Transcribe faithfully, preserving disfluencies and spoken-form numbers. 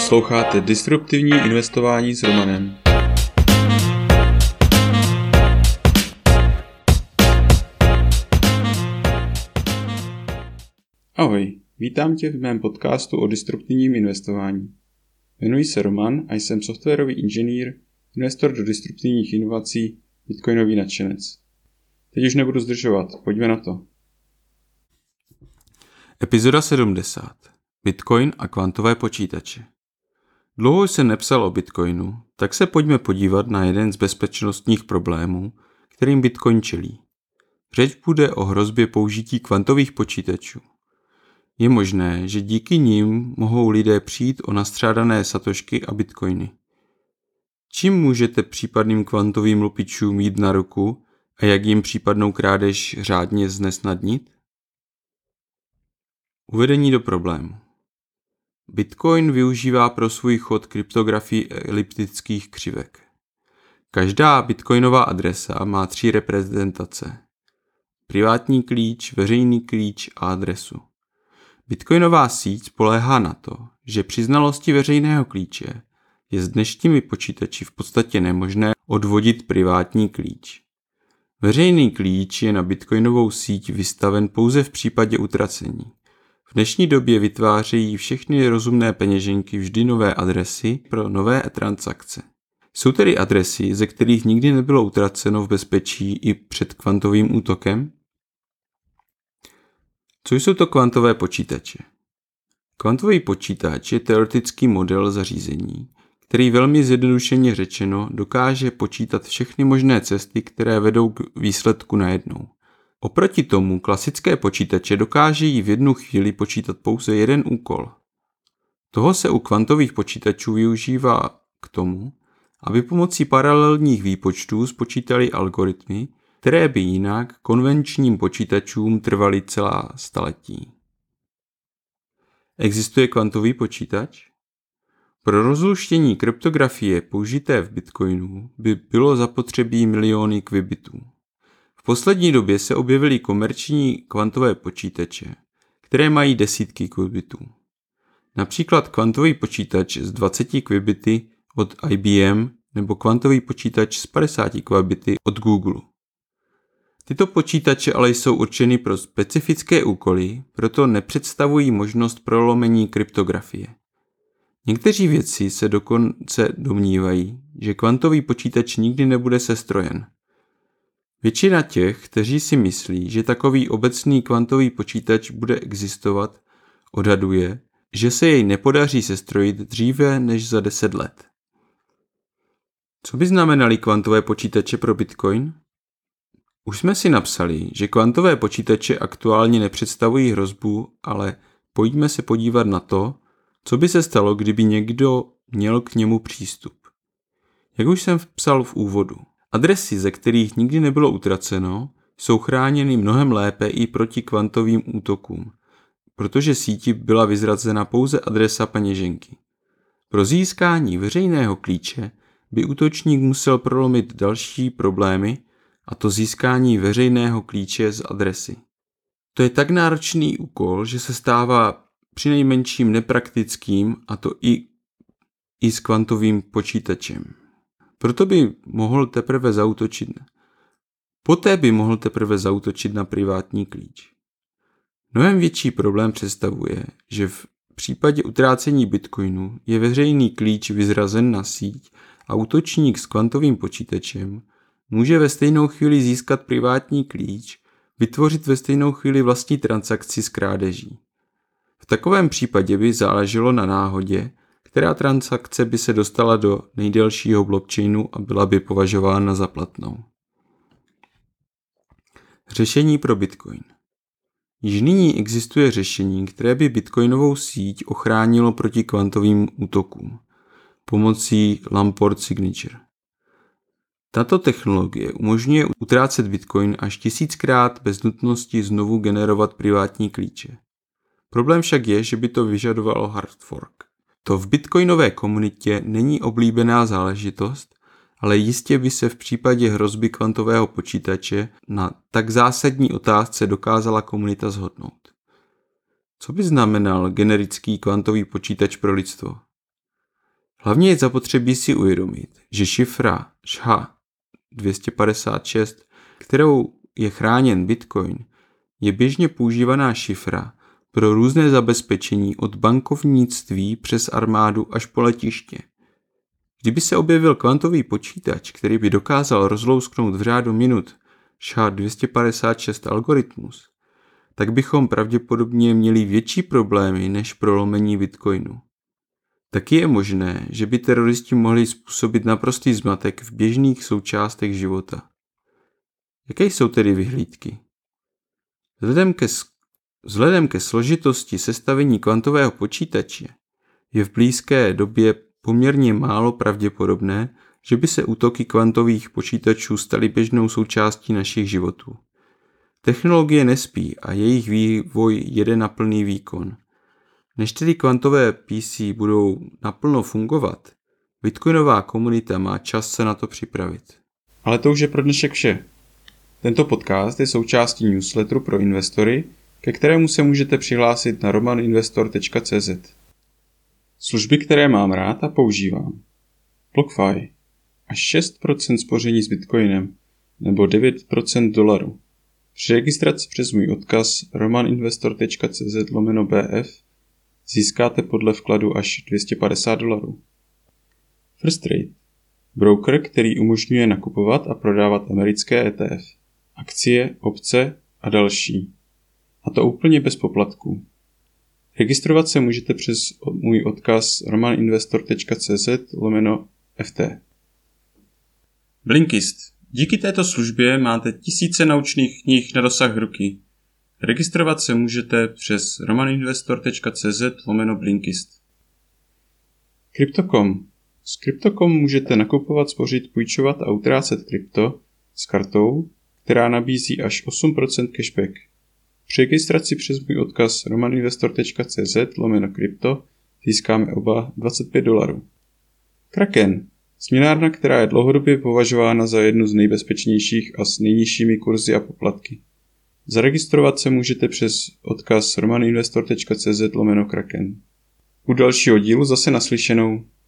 Posloucháte Disruptivní investování s Romanem. Ahoj, vítám tě v mém podcastu o disruptivním investování. Jmenuji se Roman a jsem softwarový inženýr, investor do disruptivních inovací, bitcoinový nadšenec. Teď už nebudu zdržovat, pojďme na to. Epizoda sedmdesát. Bitcoin a kvantové počítače. Dlouho jsem nepsal o Bitcoinu, tak se pojďme podívat na jeden z bezpečnostních problémů, kterým Bitcoin čelí. Řeč bude o hrozbě použití kvantových počítačů. Je možné, že díky nim mohou lidé přijít o nastřádané satošky a bitcoiny. Čím můžete případným kvantovým lupičům jít na ruku a jak jim případnou krádež řádně znesnadnit? Uvedení do problému. Bitcoin využívá pro svůj chod kryptografii eliptických křivek. Každá bitcoinová adresa má tři reprezentace. Privátní klíč, veřejný klíč a adresu. Bitcoinová síť spoléhá na to, že při znalosti veřejného klíče je s dnešními počítači v podstatě nemožné odvodit privátní klíč. Veřejný klíč je na bitcoinovou síť vystaven pouze v případě utracení. V dnešní době vytvářejí všechny rozumné peněženky vždy nové adresy pro nové transakce. Jsou tedy adresy, ze kterých nikdy nebylo utraceno v bezpečí i před kvantovým útokem? Co jsou to kvantové počítače? Kvantový počítač je teoretický model zařízení, který velmi zjednodušeně řečeno dokáže počítat všechny možné cesty, které vedou k výsledku najednou. Oproti tomu klasické počítače dokážejí v jednu chvíli počítat pouze jeden úkol. Toho se u kvantových počítačů využívá k tomu, aby pomocí paralelních výpočtů spočítali algoritmy, které by jinak konvenčním počítačům trvaly celá staletí. Existuje kvantový počítač? Pro rozluštění kryptografie použité v Bitcoinu by bylo zapotřebí miliony qubitů. V poslední době se objevily komerční kvantové počítače, které mají desítky qubitů. Například kvantový počítač s dvaceti qubity od I B M nebo kvantový počítač s padesáti qubity od Google. Tyto počítače ale jsou určeny pro specifické úkoly, proto nepředstavují možnost prolomení kryptografie. Někteří vědci se dokonce domnívají, že kvantový počítač nikdy nebude sestrojen. Většina těch, kteří si myslí, že takový obecný kvantový počítač bude existovat, odhaduje, že se jej nepodaří sestrojit dříve než za deset let. Co by znamenaly kvantové počítače pro Bitcoin? Už jsme si napsali, že kvantové počítače aktuálně nepředstavují hrozbu, ale pojďme se podívat na to, co by se stalo, kdyby někdo měl k němu přístup. Jak už jsem psal v úvodu, adresy, ze kterých nikdy nebylo utraceno, jsou chráněny mnohem lépe i proti kvantovým útokům, protože síti byla vyzrazena pouze adresa peněženky. Pro získání veřejného klíče by útočník musel prolomit další problémy, a to získání veřejného klíče z adresy. To je tak náročný úkol, že se stává přinejmenším nepraktickým, a to i, i s kvantovým počítačem. Proto by mohl teprve zaútočit. Poté by mohl teprve zaútočit na privátní klíč. Mnohem větší problém představuje, že v případě utrácení bitcoinu je veřejný klíč vyzrazen na síť a útočník s kvantovým počítačem může ve stejnou chvíli získat privátní klíč, vytvořit ve stejnou chvíli vlastní transakci s krádeží. V takovém případě by záleželo na náhodě, která transakce by se dostala do nejdelšího blockchainu a byla by považována za platnou. Řešení pro Bitcoin. Již nyní existuje řešení, které by bitcoinovou síť ochránilo proti kvantovým útokům pomocí Lamport Signature. Tato technologie umožňuje utrácet bitcoin až tisíckrát bez nutnosti znovu generovat privátní klíče. Problém však je, že by to vyžadovalo hard fork. To v bitcoinové komunitě není oblíbená záležitost, ale jistě by se v případě hrozby kvantového počítače na tak zásadní otázce dokázala komunita shodnout. Co by znamenal generický kvantový počítač pro lidstvo? Hlavně je zapotřebí si uvědomit, že šifra š há dvě stě padesát šest, kterou je chráněn Bitcoin, je běžně používaná šifra pro různé zabezpečení od bankovnictví přes armádu až po letiště. Kdyby se objevil kvantový počítač, který by dokázal rozlousknout v řádu minut š há dvě stě padesát šest algoritmus, tak bychom pravděpodobně měli větší problémy než prolomení Bitcoinu. Taky je možné, že by teroristi mohli způsobit naprostý zmatek v běžných součástech života. Jaké jsou tedy vyhlídky? Vzhledem ke, vzhledem ke složitosti sestavení kvantového počítače je v blízké době poměrně málo pravděpodobné, že by se útoky kvantových počítačů staly běžnou součástí našich životů. Technologie nespí a jejich vývoj jede na plný výkon. Než tedy kvantové P C budou naplno fungovat, bitcoinová komunita má čas se na to připravit. Ale to už je pro dnešek vše. Tento podcast je součástí newsletteru pro investory, ke kterému se můžete přihlásit na roman investor tečka cé zet. Služby, které mám rád a používám. BlockFi. Až šest procent spoření s Bitcoinem nebo devět procent dolaru. Při registraci přes můj odkaz roman investor tečka cé zet lomeno bé ef získáte podle vkladu až dvě stě padesát dolarů. First Trade. Broker, který umožňuje nakupovat a prodávat americké é té ef, akcie, opce a další. A to úplně bez poplatků. Registrovat se můžete přes můj odkaz roman investor tečka cé zet lomeno ef té. Blinkist. Díky této službě máte tisíce naučných knih na dosah ruky. Registrovat se můžete přes roman investor tečka cé zet lomeno Blinkist. Crypto tečka com. S Crypto tečka com můžete nakupovat, spořit, půjčovat a utrácet krypto s kartou, která nabízí až osm procent cashback. Při registraci přes můj odkaz roman investor tečka cé zet lomeno krypto získáme oba dvacet pět dolarů. Kraken. Směnárna, která je dlouhodobě považována za jednu z nejbezpečnějších a s nejnižšími kurzy a poplatky. Zaregistrovat se můžete přes odkaz roman investor tečka cé zet lomeno Kraken. U dalšího dílu zase naslyšenou.